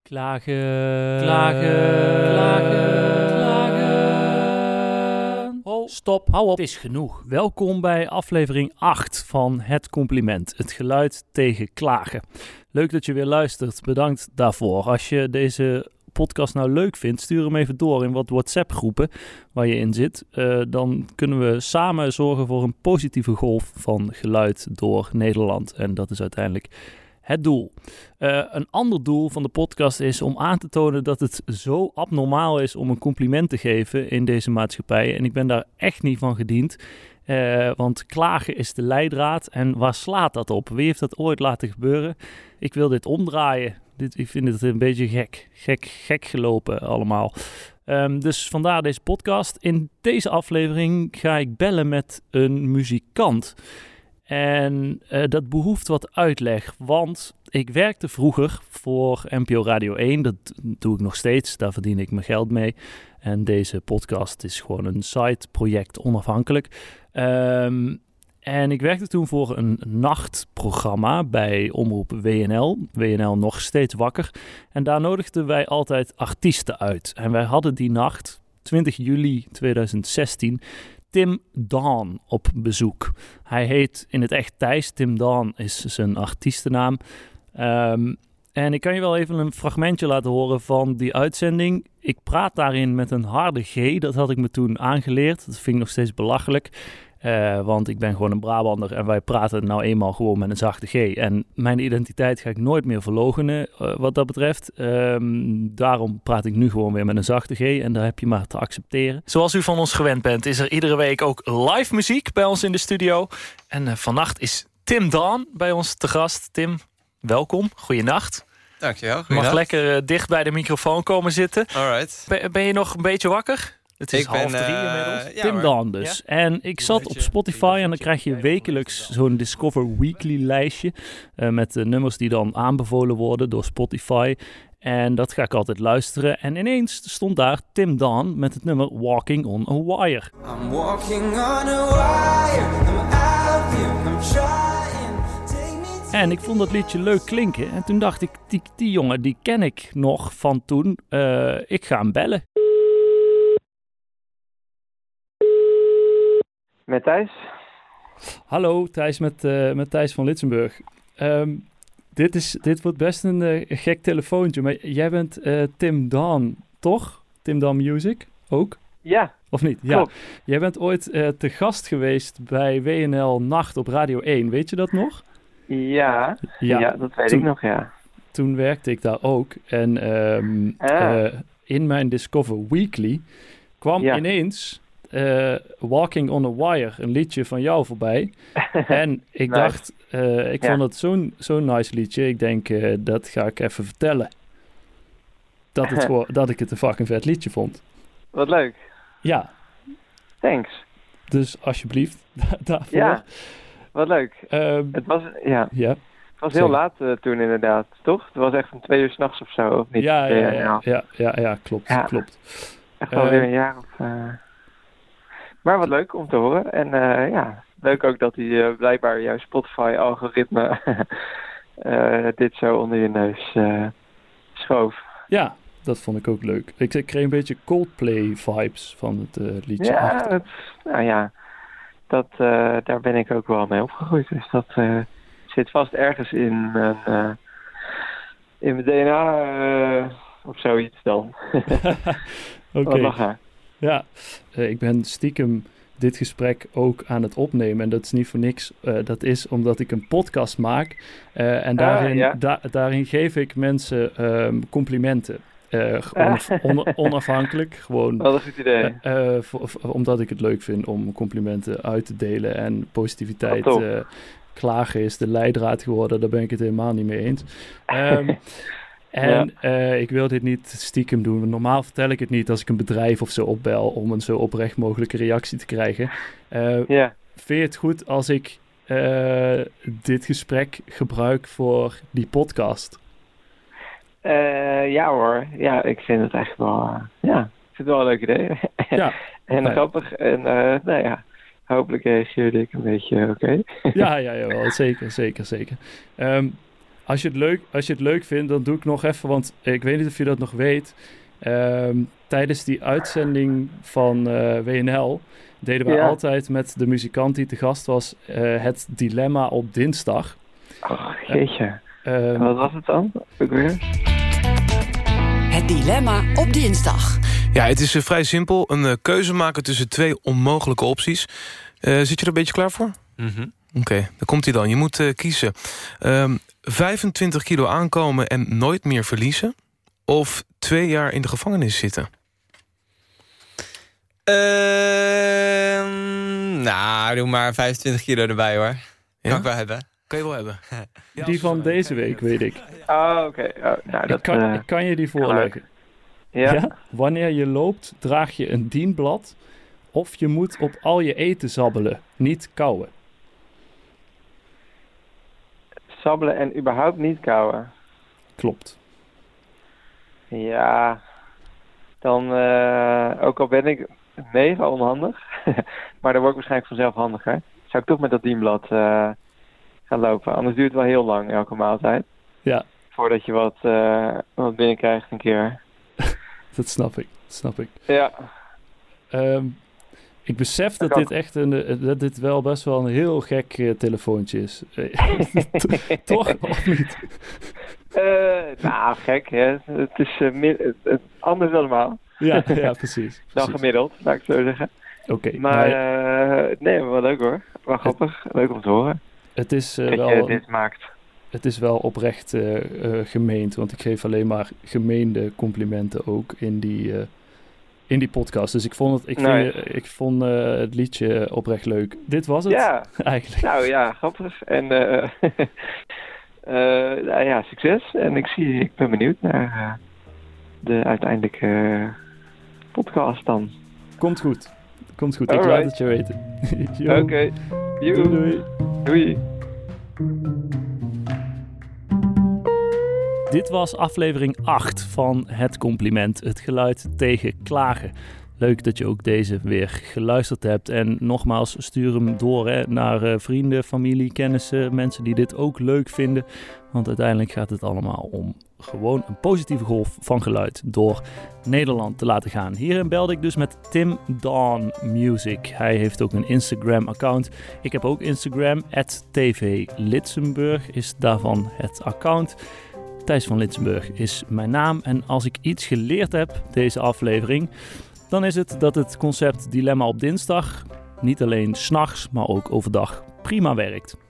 Klagen, klagen, klagen, klagen. Oh, stop, hou op, het is genoeg. Welkom bij aflevering 8 van Het Compliment, het geluid tegen klagen. Leuk dat je weer luistert, bedankt daarvoor. Als je deze podcast nou leuk vindt, stuur hem even door in wat WhatsApp-groepen waar je in zit. Dan kunnen we samen zorgen voor een positieve golf van geluid door Nederland. En dat is uiteindelijk het doel. Een ander doel van de podcast is om aan te tonen dat het zo abnormaal is om een compliment te geven in deze maatschappij. En ik ben daar echt niet van gediend. Want klagen is de leidraad. En waar slaat dat op? Wie heeft dat ooit laten gebeuren? Ik wil dit omdraaien. Ik vind het een beetje gek gelopen allemaal. Dus vandaar deze podcast. In deze aflevering ga ik bellen met een muzikant. En dat behoeft wat uitleg, want ik werkte vroeger voor NPO Radio 1. Dat doe ik nog steeds, daar verdien ik mijn geld mee. En deze podcast is gewoon een side-project onafhankelijk. En ik werkte toen voor een nachtprogramma bij Omroep WNL. WNL nog steeds wakker. En daar nodigden wij altijd artiesten uit. En wij hadden die nacht, 20 juli 2016... Tim Dawn op bezoek. Hij heet in het echt Thijs. Tim Dawn is zijn artiestennaam. En ik kan je wel even een fragmentje laten horen van die uitzending. Ik praat daarin met een harde G. Dat had ik me toen aangeleerd. Dat vind ik nog steeds belachelijk. Want ik ben gewoon een Brabander en wij praten nou eenmaal gewoon met een zachte G. En mijn identiteit ga ik nooit meer verloochenen wat dat betreft. Daarom praat ik nu gewoon weer met een zachte G en daar heb je maar te accepteren. Zoals u van ons gewend bent is er iedere week ook live muziek bij ons in de studio. En vannacht is Tim Dawn bij ons te gast. Tim, welkom. Goeienacht. Dankjewel. Je mag lekker dicht bij de microfoon komen zitten. Alright. Ben je nog een beetje wakker? Het is 2:30 inmiddels. Ja, Tim Dawn dus. Ja? En ik zat op Spotify en dan krijg je wekelijks zo'n Discover Weekly lijstje. Met de nummers die dan aanbevolen worden door Spotify. En dat ga ik altijd luisteren. En ineens stond daar Tim Dawn met het nummer Walking on a Wire. I'm walking on a wire. I'm out here. I'm trying. En ik vond dat liedje leuk klinken. En toen dacht ik, die jongen die ken ik nog van toen. Ik ga hem bellen. Met Thijs? Hallo, Thijs met Thijs van Litsenburg. Dit wordt best een gek telefoontje, maar jij bent Tim Dawn, toch? Tim Dawn Music, ook? Ja. Of niet? Klopt. Ja. Jij bent ooit te gast geweest bij WNL Nacht op Radio 1, weet je dat nog? Ja, dat weet ik nog, ja. Toen werkte ik daar ook en in mijn Discover Weekly kwam ineens Walking on a Wire, een liedje van jou voorbij. En ik dacht, ik vond het zo'n nice liedje. Ik denk, dat ga ik even vertellen. Dat ik het een fucking vet liedje vond. Wat leuk. Ja. Thanks. Dus alsjeblieft, daarvoor. Ja, wat leuk. Het was, Het was heel laat toen inderdaad, toch? Het was echt om 2 uur 's nachts of zo, of niet? Ja, klopt. Echt alweer een jaar of... Maar wat leuk om te horen. En leuk ook dat hij blijkbaar jouw Spotify-algoritme dit zo onder je neus schoof. Ja, dat vond ik ook leuk. Ik kreeg een beetje Coldplay-vibes van het liedje. Ja, daar ben ik ook wel mee opgegroeid. Dus dat zit vast ergens in mijn DNA of zoiets dan. Oké. Ja, ik ben stiekem dit gesprek ook aan het opnemen. En dat is niet voor niks. Dat is omdat ik een podcast maak. En daarin geef ik mensen complimenten. Onafhankelijk. Gewoon, wat een goed idee. Omdat ik het leuk vind om complimenten uit te delen. En positiviteit. Klagen is de leidraad geworden. Daar ben ik het helemaal niet mee eens. Ik wil dit niet stiekem doen. Normaal vertel ik het niet als ik een bedrijf of zo opbel om een zo oprecht mogelijke reactie te krijgen. Vind je het goed als ik dit gesprek gebruik voor die podcast? Ja hoor. Ja, ik vind het echt wel... ik vind het wel een leuk idee. En grappig. En hopelijk reageerde ik een beetje oké. Ja, wel, zeker. Als je het leuk vindt, dan doe ik nog even, want ik weet niet of je dat nog weet. Tijdens die uitzending van WNL deden we altijd met de muzikant die te gast was het dilemma op dinsdag. Oh, jeetje. Wat was het dan? Het dilemma op dinsdag. Ja, het is vrij simpel. Een keuze maken tussen 2 onmogelijke opties. Zit je er een beetje klaar voor? Mm-hmm. Oké, dan komt hij dan. Je moet kiezen. 25 kilo aankomen en nooit meer verliezen. Of 2 jaar in de gevangenis zitten. Nou, doe maar 25 kilo erbij hoor. Ja? Kan ik wel hebben. Kan je wel hebben. Die van deze week, weet ik. Oh, oké. Oh, nou, Ik kan je die voorleggen. Ja? Wanneer je loopt, draag je een dienblad. Of je moet op al je eten sabbelen, niet kauwen. Sabbelen en überhaupt niet kauwen. Klopt. Ja, dan ook al ben ik mega onhandig, maar dan word ik waarschijnlijk vanzelf handiger. Zou ik toch met dat dienblad gaan lopen. Anders duurt het wel heel lang, elke maaltijd. Ja. Voordat je wat binnenkrijgt een keer. Dat snap ik. Ja. Ik besef dat dit echt dat dit wel best wel een heel gek telefoontje is. Toch? Of niet? Nou, gek, hè. Het is anders dan normaal. Ja, precies. Dan gemiddeld, laat ik het zo zeggen. Oké. Maar nee, wel leuk hoor. Wel grappig. Leuk om te horen. Het is dat wel... je dit maakt. Het is wel oprecht gemeend, want ik geef alleen maar gemeende complimenten ook in die podcast. Dus ik vond het liedje oprecht leuk. Dit was het eigenlijk. Nou ja, grappig. En nou ja, succes. En ik ben benieuwd naar de uiteindelijke podcast dan. Komt goed. Ik Alright. laat het je weten. Oké. Doei. Doei. Dit was aflevering 8 van Het Compliment, het geluid tegen klagen. Leuk dat je ook deze weer geluisterd hebt. En nogmaals, stuur hem door naar vrienden, familie, kennissen, mensen die dit ook leuk vinden. Want uiteindelijk gaat het allemaal om gewoon een positieve golf van geluid door Nederland te laten gaan. Hierin belde ik dus met Tim Dawn Music. Hij heeft ook een Instagram-account. Ik heb ook Instagram, @tvlitsenburg is daarvan het account. Thijs van Litsenburg is mijn naam. En als ik iets geleerd heb deze aflevering, dan is het dat het concept dilemma op dinsdag niet alleen 's nachts, maar ook overdag prima werkt.